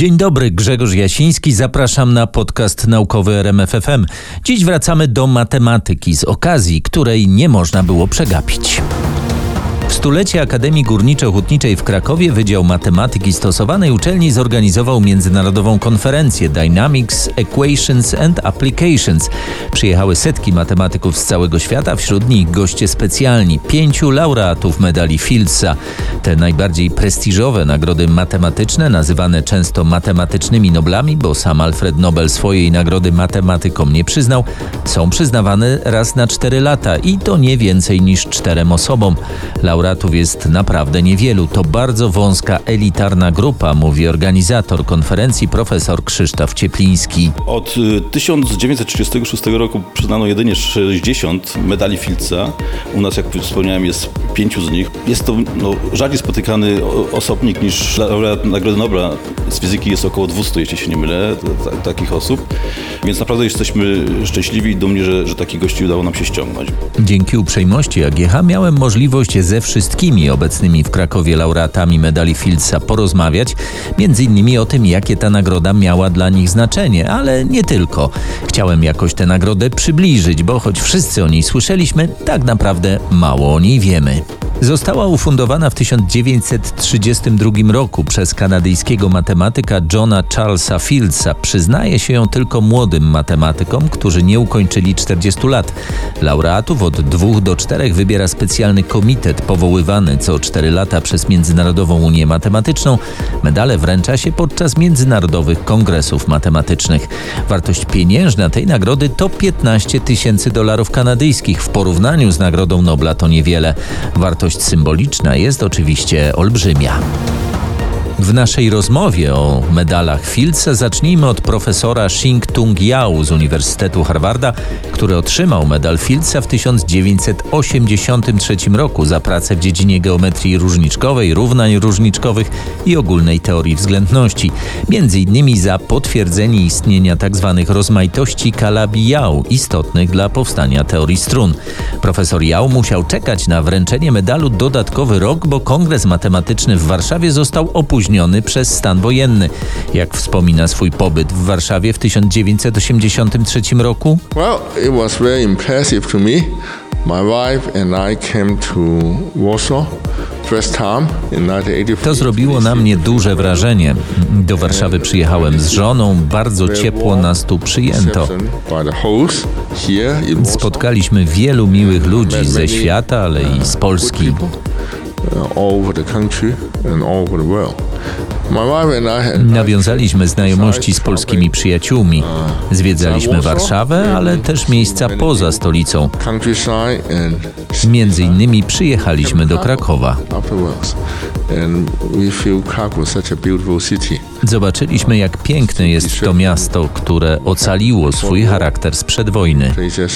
Dzień dobry, Grzegorz Jasiński, zapraszam na podcast naukowy RMF FM. Dziś wracamy do matematyki z okazji, której nie można było przegapić. W stulecie Akademii Górniczo-Hutniczej w Krakowie Wydział Matematyki Stosowanej uczelni zorganizował międzynarodową konferencję Dynamics, Equations and Applications. Przyjechały setki matematyków z całego świata, wśród nich goście specjalni, 5 laureatów medali Fieldsa. Te najbardziej prestiżowe nagrody matematyczne, nazywane często matematycznymi Noblami, bo sam Alfred Nobel swojej nagrody matematykom nie przyznał, są przyznawane raz na 4 lata i to nie więcej niż 4 osobom. Laureatów jest naprawdę niewielu. To bardzo wąska, elitarna grupa, mówi organizator konferencji profesor Krzysztof Ciepliński. Od 1936 roku przyznano jedynie 60 medali Fieldsa. U nas, jak wspomniałem, jest 5 z nich. Jest to rzadziej spotykany osobnik niż laureat Nagrody Nobla. Z fizyki jest około 200, jeśli się nie mylę, takich osób. Więc naprawdę jesteśmy szczęśliwi i dumni, że takich gości udało nam się ściągnąć. Dzięki uprzejmości AGH miałem możliwość ze wszystkimi obecnymi w Krakowie laureatami medali Fieldsa porozmawiać, między innymi o tym, jakie ta nagroda miała dla nich znaczenie, ale nie tylko. Chciałem jakoś tę nagrodę przybliżyć, bo choć wszyscy o niej słyszeliśmy, tak naprawdę mało o niej wiemy. Została ufundowana w 1932 roku przez kanadyjskiego matematyka Johna Charlesa Fieldsa. Przyznaje się ją tylko młodym matematykom, którzy nie ukończyli 40 lat. Laureatów od 2 do 4 wybiera specjalny komitet powoływany co 4 lata przez Międzynarodową Unię Matematyczną. Medale wręcza się podczas międzynarodowych kongresów matematycznych. Wartość pieniężna tej nagrody to $15,000 kanadyjskich. W porównaniu z Nagrodą Nobla to niewiele. Wartość symboliczna jest oczywiście olbrzymia. W naszej rozmowie o medalach Fieldsa zacznijmy od profesora Shing-Tung Yao z Uniwersytetu Harvarda, który otrzymał medal Fieldsa w 1983 roku za pracę w dziedzinie geometrii różniczkowej, równań różniczkowych i ogólnej teorii względności. Między innymi za potwierdzenie istnienia tzw. rozmaitości Calabi-Yau, istotnych dla powstania teorii strun. Profesor Yao musiał czekać na wręczenie medalu dodatkowy rok, bo kongres matematyczny w Warszawie został opóźniony przez stan wojenny. Jak wspomina swój pobyt w Warszawie w 1983 roku? Well, it was very impressive to me. My wife and I came to Warsaw first time in 1985. To zrobiło na mnie duże wrażenie. Do Warszawy przyjechałem z żoną, bardzo ciepło nas tu przyjęto. Spotkaliśmy wielu miłych ludzi ze świata, ale i z Polski. Nawiązaliśmy znajomości z polskimi przyjaciółmi. Zwiedzaliśmy Warszawę, ale też miejsca poza stolicą. Między innymi przyjechaliśmy do Krakowa. Zobaczyliśmy, jak piękne jest to miasto, które ocaliło swój charakter sprzed wojny.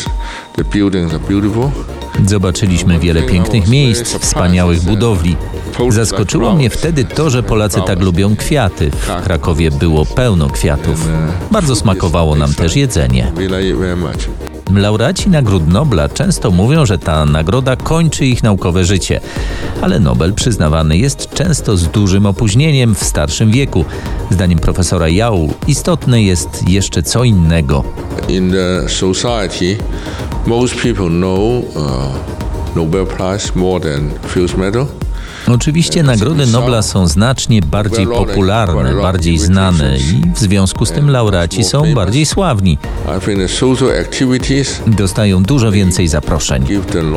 Zobaczyliśmy wiele pięknych miejsc, wspaniałych budowli. Zaskoczyło mnie wtedy to, że Polacy tak lubią kwiaty. W Krakowie było pełno kwiatów. Bardzo smakowało nam też jedzenie. Laureaci Nagród Nobla często mówią, że ta nagroda kończy ich naukowe życie. Ale Nobel przyznawany jest często z dużym opóźnieniem w starszym wieku. Zdaniem profesora Yao istotne jest jeszcze co innego. In the society, most people know Nobel Prize more than Fields Medal. Oczywiście nagrody Nobla są znacznie bardziej popularne, bardziej znane i w związku z tym laureaci są bardziej sławni. Dostają dużo więcej zaproszeń.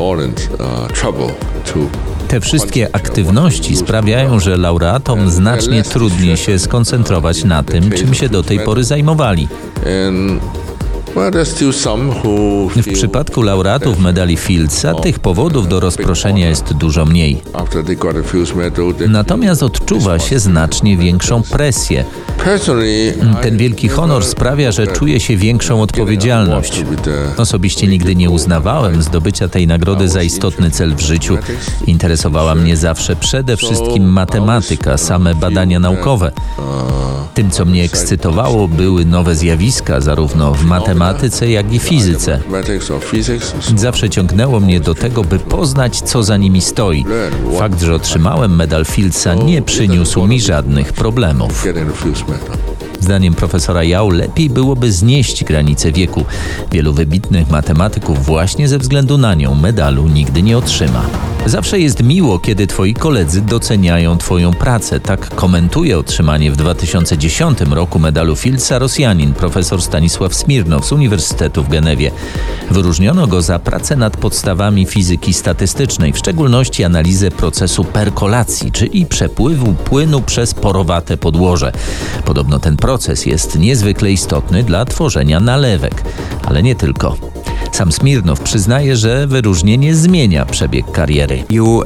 Te wszystkie aktywności sprawiają, że laureatom znacznie trudniej się skoncentrować na tym, czym się do tej pory zajmowali. W przypadku laureatów medali Fieldsa tych powodów do rozproszenia jest dużo mniej. Natomiast odczuwa się znacznie większą presję. Ten wielki honor sprawia, że czuję się większą odpowiedzialność. Osobiście nigdy nie uznawałem zdobycia tej nagrody za istotny cel w życiu. Interesowała mnie zawsze przede wszystkim matematyka, same badania naukowe. Tym, co mnie ekscytowało, były nowe zjawiska, zarówno w matematyce, jak i fizyce. Zawsze ciągnęło mnie do tego, by poznać, co za nimi stoi. Fakt, że otrzymałem medal Fieldsa, nie przyniósł mi żadnych problemów. medal. Zdaniem profesora Yao lepiej byłoby znieść granicę wieku. Wielu wybitnych matematyków właśnie ze względu na nią medalu nigdy nie otrzyma. Zawsze jest miło, kiedy twoi koledzy doceniają twoją pracę. Tak komentuje otrzymanie w 2010 roku medalu Fieldsa Rosjanin profesor Stanisław Smirnow z Uniwersytetu w Genewie. Wyróżniono go za pracę nad podstawami fizyki statystycznej, w szczególności analizę procesu perkolacji, czyli przepływu płynu przez porowate podłoże. Podobno ten proces jest niezwykle istotny dla tworzenia nalewek, ale nie tylko. Sam Smirnow przyznaje, że wyróżnienie zmienia przebieg kariery.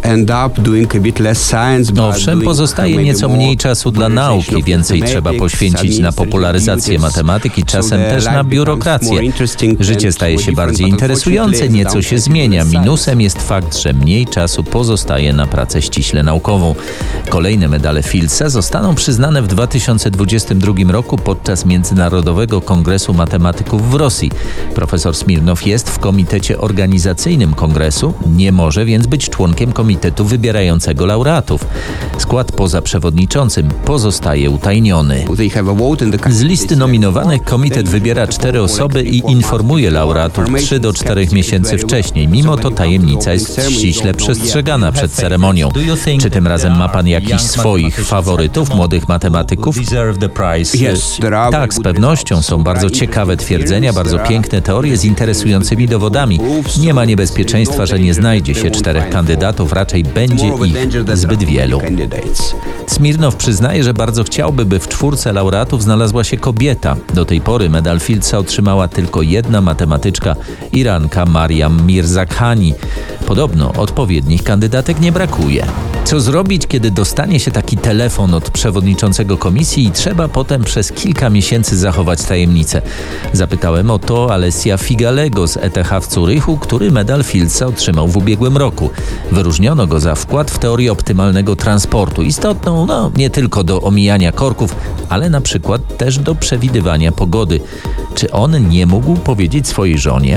Owszem, pozostaje nieco mniej czasu dla nauki, więcej trzeba poświęcić na popularyzację matematyki, czasem też na biurokrację. Życie staje się bardziej interesujące, nieco się zmienia. Minusem jest fakt, że mniej czasu pozostaje na pracę ściśle naukową. Kolejne medale Fieldsa zostaną przyznane w 2022 roku podczas Międzynarodowego Kongresu Matematyków w Rosji. Profesor Smirnow jest w komitecie organizacyjnym kongresu, nie może więc być członkiem komitetu wybierającego laureatów. Skład poza przewodniczącym pozostaje utajniony. Z listy nominowanych komitet wybiera 4 osoby i informuje laureatów 3 do 4 miesięcy wcześniej. Mimo to tajemnica jest ściśle przestrzegana przed ceremonią. Czy tym razem ma pan jakichś swoich faworytów, młodych matematyków? Tak, z pewnością. Są bardzo ciekawe twierdzenia, bardzo piękne teorie z interesującymi dowodami. Nie ma niebezpieczeństwa, że nie znajdzie się 4 kandydatów, raczej będzie ich zbyt wielu. Smirnow przyznaje, że bardzo chciałby, by w 4 laureatów znalazła się kobieta. Do tej pory medal Fieldsa otrzymała tylko jedna matematyczka, Iranka Mariam Mirzakhani. Podobno odpowiednich kandydatek nie brakuje. Co zrobić, kiedy dostanie się taki telefon od przewodniczącego komisji i trzeba potem przez kilka miesięcy zachować tajemnicę? Zapytałem o to Alessia Figalego z ETH w Zurychu, który medal Fieldsa otrzymał w ubiegłym roku. Wyróżniono go za wkład w teorię optymalnego transportu, istotną nie tylko do omijania korków, ale na przykład też do przewidywania pogody. Czy on nie mógł powiedzieć swojej żonie?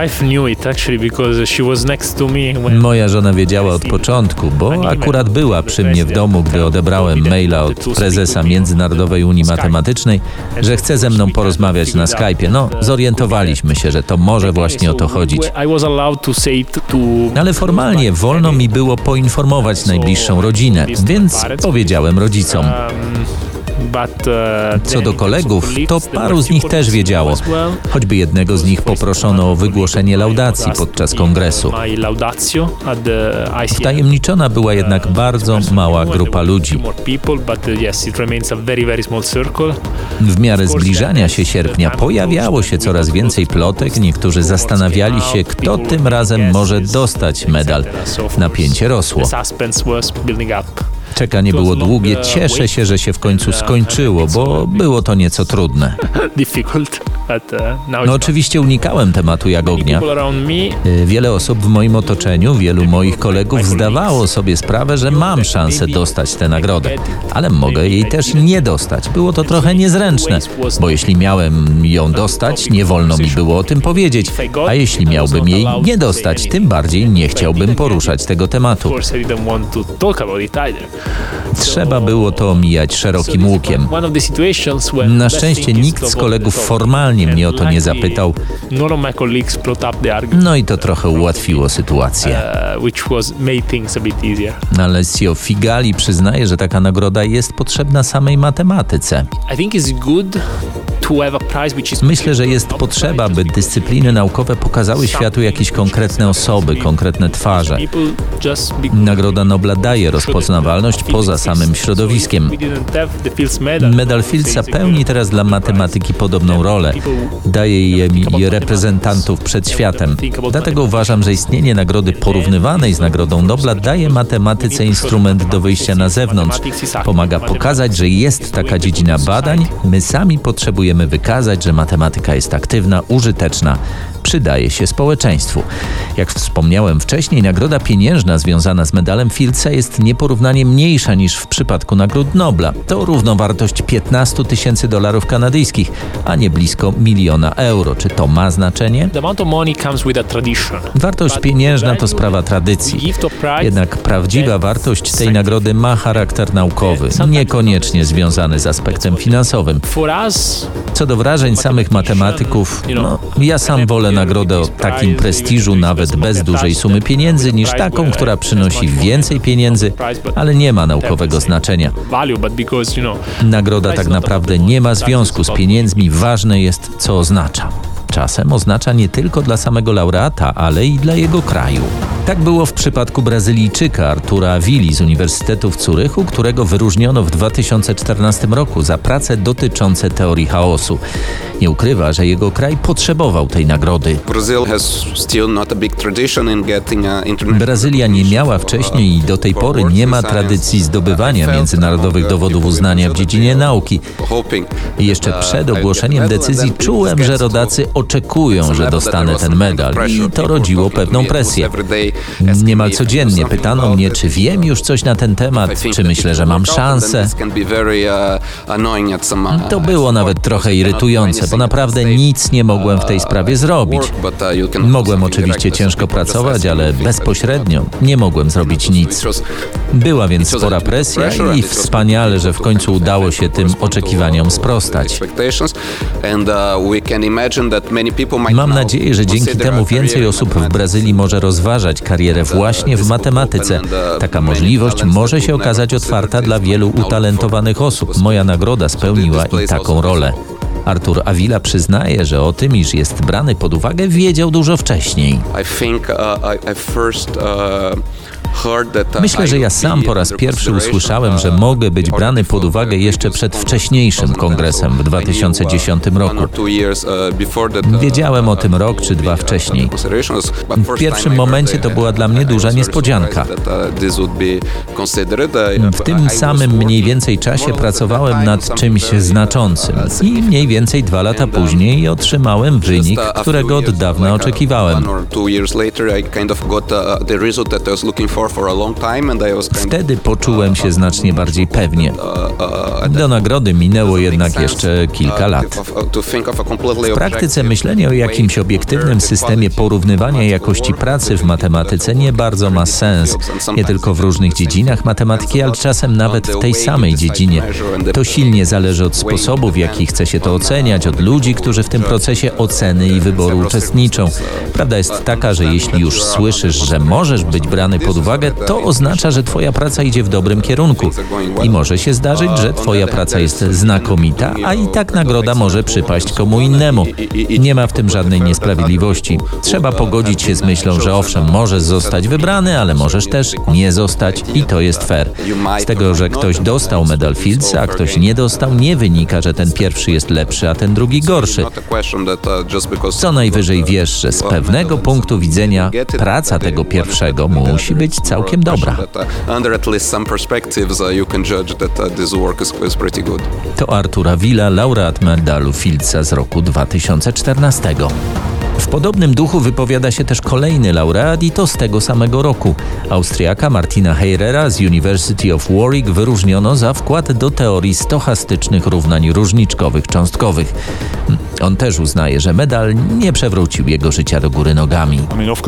Moja żona wiedziała od początku, bo akurat była przy mnie w domu, gdy odebrałem maila od prezesa Międzynarodowej Unii Matematycznej, że chce ze mną porozmawiać na Skype'ie. Zorientowaliśmy się, że to może właśnie o to chodzić. Ale formalnie wolno mi było poinformować najbliższą rodzinę, więc powiedziałem rodzicom. Co do kolegów, to paru z nich też wiedziało. Choćby jednego z nich poproszono o wygłoszenie laudacji podczas kongresu. Wtajemniczona była jednak bardzo mała grupa ludzi. W miarę zbliżania się sierpnia pojawiało się coraz więcej plotek. Niektórzy zastanawiali się, kto tym razem może dostać medal. Napięcie rosło. Czekanie było długie. Cieszę się, że się w końcu skończyło, bo było to nieco trudne. Oczywiście unikałem tematu jak ognia. Wiele osób w moim otoczeniu, wielu moich kolegów zdawało sobie sprawę, że mam szansę dostać tę nagrodę, ale mogę jej też nie dostać. Było to trochę niezręczne, bo jeśli miałem ją dostać, nie wolno mi było o tym powiedzieć, a jeśli miałbym jej nie dostać, tym bardziej nie chciałbym poruszać tego tematu. Trzeba było to omijać szerokim łukiem. Na szczęście nikt z kolegów formalnie mnie o to nie zapytał. No i to trochę ułatwiło sytuację. Alessio Figali przyznaje, że taka nagroda jest potrzebna samej matematyce. Myślę, że jest potrzeba, by dyscypliny naukowe pokazały światu jakieś konkretne osoby, konkretne twarze. Nagroda Nobla daje rozpoznawalność poza samym środowiskiem. Medal Fieldsa pełni teraz dla matematyki podobną rolę. Daje jej reprezentantów przed światem. Dlatego uważam, że istnienie nagrody porównywanej z Nagrodą Nobla daje matematyce instrument do wyjścia na zewnątrz. Pomaga pokazać, że jest taka dziedzina badań. My sami potrzebujemy próbujemy wykazać, że matematyka jest aktywna, użyteczna, przydaje się społeczeństwu. Jak wspomniałem wcześniej, nagroda pieniężna związana z medalem Fieldsa jest nieporównanie mniejsza niż w przypadku nagród Nobla. To równowartość $15,000 kanadyjskich, a nie blisko €1 000 000. Czy to ma znaczenie? Wartość pieniężna to sprawa tradycji. Jednak prawdziwa wartość tej nagrody ma charakter naukowy, niekoniecznie związany z aspektem finansowym. Co do wrażeń samych matematyków, ja sam wolę nagrodę o takim prestiżu nawet bez dużej sumy pieniędzy niż taką, która przynosi więcej pieniędzy, ale nie ma naukowego znaczenia. Nagroda tak naprawdę nie ma związku z pieniędzmi, ważne jest, co oznacza. Czasem oznacza nie tylko dla samego laureata, ale i dla jego kraju. Tak było w przypadku Brazylijczyka Artura Avili z Uniwersytetu w Zurychu, którego wyróżniono w 2014 roku za prace dotyczące teorii chaosu. Nie ukrywa, że jego kraj potrzebował tej nagrody. Brazylia nie miała wcześniej i do tej pory nie ma tradycji zdobywania międzynarodowych dowodów uznania w dziedzinie nauki. I jeszcze przed ogłoszeniem decyzji czułem, że rodacy oczekują, że dostanę ten medal i to rodziło pewną presję. Niemal codziennie pytano mnie, czy wiem już coś na ten temat, czy myślę, że mam szansę. To było nawet trochę irytujące, bo naprawdę nic nie mogłem w tej sprawie zrobić. Mogłem oczywiście ciężko pracować, ale bezpośrednio nie mogłem zrobić nic. Była więc spora presja i wspaniale, że w końcu udało się tym oczekiwaniom sprostać. Mam nadzieję, że dzięki temu więcej osób w Brazylii może rozważać karierę właśnie w matematyce. Taka możliwość może się okazać otwarta dla wielu utalentowanych osób. Moja nagroda spełniła i taką rolę. Artur Avila przyznaje, że o tym, iż jest brany pod uwagę, wiedział dużo wcześniej. Myślę, że ja sam po raz pierwszy usłyszałem, że mogę być brany pod uwagę jeszcze przed wcześniejszym kongresem w 2010 roku. Wiedziałem o tym rok czy dwa wcześniej. W pierwszym momencie to była dla mnie duża niespodzianka. W tym samym mniej więcej czasie pracowałem nad czymś znaczącym i mniej więcej 2 lata później otrzymałem wynik, którego od dawna oczekiwałem. Wtedy poczułem się znacznie bardziej pewnie. Do nagrody minęło jednak jeszcze kilka lat. W praktyce myślenie o jakimś obiektywnym systemie porównywania jakości pracy w matematyce nie bardzo ma sens. Nie tylko w różnych dziedzinach matematyki, ale czasem nawet w tej samej dziedzinie. To silnie zależy od sposobu, w jaki chce się to oceniać, od ludzi, którzy w tym procesie oceny i wyboru uczestniczą. Prawda jest taka, że jeśli już słyszysz, że możesz być brany pod uwagę, to oznacza, że twoja praca idzie w dobrym kierunku. I może się zdarzyć, że twoja praca jest znakomita, a i tak nagroda może przypaść komu innemu. Nie ma w tym żadnej niesprawiedliwości. Trzeba pogodzić się z myślą, że owszem, możesz zostać wybrany, ale możesz też nie zostać i to jest fair. Z tego, że ktoś dostał medal Fieldsa, a ktoś nie dostał, nie wynika, że ten pierwszy jest lepszy, a ten drugi gorszy. Co najwyżej wiesz, że z pewnego punktu widzenia praca tego pierwszego musi być całkiem dobra. To Artur Avila, laureat medalu Fieldsa z roku 2014. W podobnym duchu wypowiada się też kolejny laureat i to z tego samego roku. Austriaka Martina Heirera z University of Warwick wyróżniono za wkład do teorii stochastycznych równań różniczkowych cząstkowych. On też uznaje, że medal nie przewrócił jego życia do góry nogami.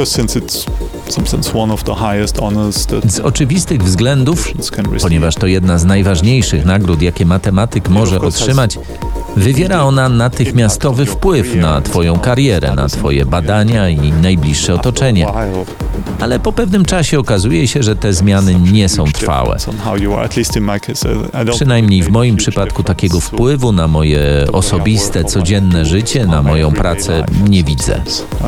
Z oczywistych względów, ponieważ to jedna z najważniejszych nagród, jakie matematyk może otrzymać, wywiera ona natychmiastowy wpływ na twoją karierę, na twoje badania i najbliższe otoczenie. Ale po pewnym czasie okazuje się, że te zmiany nie są trwałe. Przynajmniej w moim przypadku takiego wpływu na moje osobiste, codzienne życie, na moją pracę nie widzę.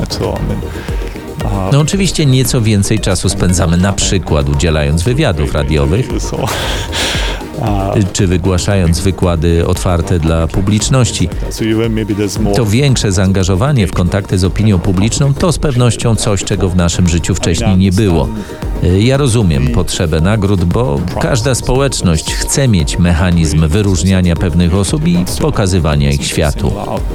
No oczywiście nieco więcej czasu spędzamy na przykład udzielając wywiadów radiowych, czy wygłaszając wykłady otwarte dla publiczności. To większe zaangażowanie w kontakty z opinią publiczną to z pewnością coś, czego w naszym życiu wcześniej nie było. Ja rozumiem potrzebę nagród, bo każda społeczność chce mieć mechanizm wyróżniania pewnych osób i pokazywania ich światu.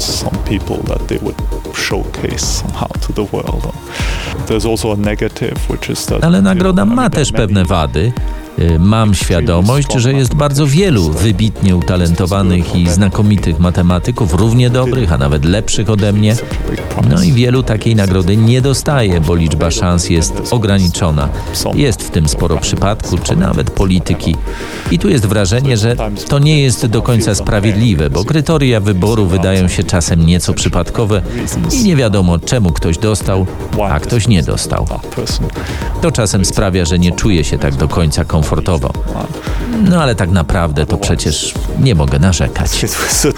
Ale nagroda ma też pewne wady. Mam świadomość, że jest bardzo wielu wybitnie utalentowanych i znakomitych matematyków, równie dobrych, a nawet lepszych ode mnie. No i wielu takiej nagrody nie dostaje, bo liczba szans jest ograniczona. Jest w tym sporo przypadków, czy nawet polityki. I tu jest wrażenie, że to nie jest do końca sprawiedliwe, bo kryteria wyboru wydają się czasem nieco przypadkowe i nie wiadomo, czemu ktoś dostał, a ktoś nie dostał. To czasem sprawia, że nie czuję się tak do końca komfortowo. No ale tak naprawdę to przecież nie mogę narzekać.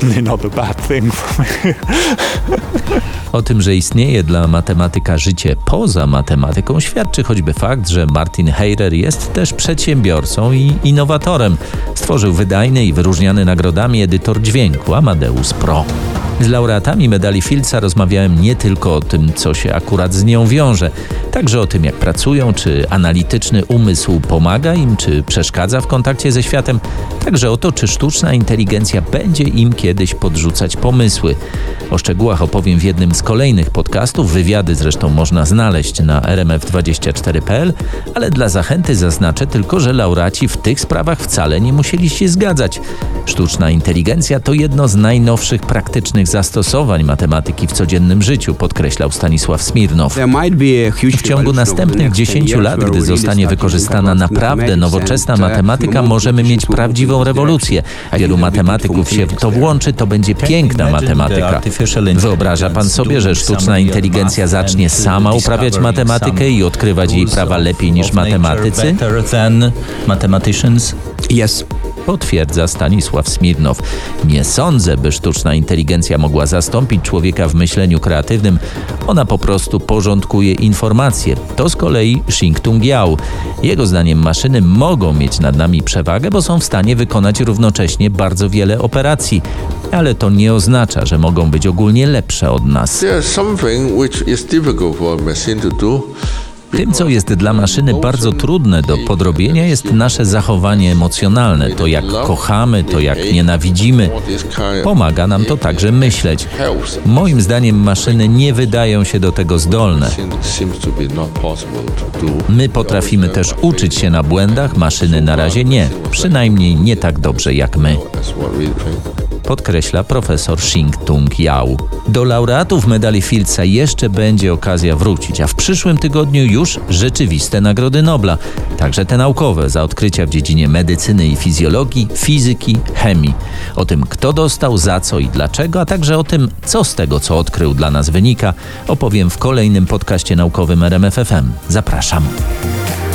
O tym, że istnieje dla matematyka życie poza matematyką, świadczy choćby fakt, że Martin Heirer jest też przedsiębiorcą i innowatorem. Stworzył wydajny i wyróżniany nagrodami edytor dźwięku Amadeus Pro. Z laureatami medali Fieldsa rozmawiałem nie tylko o tym, co się akurat z nią wiąże, także o tym, jak pracują, czy analityczny umysł pomaga im, czy przeszkadza w kontakcie ze światem, także o to, czy sztuczna inteligencja będzie im kiedyś podrzucać pomysły. O szczegółach opowiem w jednym z kolejnych podcastów, wywiady zresztą można znaleźć na rmf24.pl, ale dla zachęty zaznaczę tylko, że laureaci w tych sprawach wcale nie musieli się zgadzać. Sztuczna inteligencja to jedno z najnowszych praktycznych zastosowań matematyki w codziennym życiu, podkreślał Stanisław Smirnow. W ciągu następnych 10 lat, gdy zostanie wykorzystana naprawdę nowoczesna matematyka, możemy mieć prawdziwą rewolucję. Wielu matematyków się w to włączy, to będzie piękna matematyka. Wyobraża pan sobie, że sztuczna inteligencja zacznie sama uprawiać matematykę i odkrywać jej prawa lepiej niż matematycy? Yes. Potwierdza Stanisław Smirnow. Nie sądzę, by sztuczna inteligencja mogła zastąpić człowieka w myśleniu kreatywnym. Ona po prostu porządkuje informacje. To z kolei Xing-Tung Yao. Jego zdaniem maszyny mogą mieć nad nami przewagę, bo są w stanie wykonać równocześnie bardzo wiele operacji. Ale to nie oznacza, że mogą być ogólnie lepsze od nas. There's something which is difficult for a machine to do. Tym, co jest dla maszyny bardzo trudne do podrobienia, jest nasze zachowanie emocjonalne. To jak kochamy, to jak nienawidzimy. Pomaga nam to także myśleć. Moim zdaniem maszyny nie wydają się do tego zdolne. My potrafimy też uczyć się na błędach, maszyny na razie nie. Przynajmniej nie tak dobrze jak my. Podkreśla profesor Xing-Tung Yao. Do laureatów medali Fieldsa jeszcze będzie okazja wrócić, a w przyszłym tygodniu już rzeczywiste nagrody Nobla, także te naukowe za odkrycia w dziedzinie medycyny i fizjologii, fizyki, chemii. O tym, kto dostał, za co i dlaczego, a także o tym, co z tego, co odkrył, dla nas wynika, opowiem w kolejnym podcaście naukowym RMF FM. Zapraszam.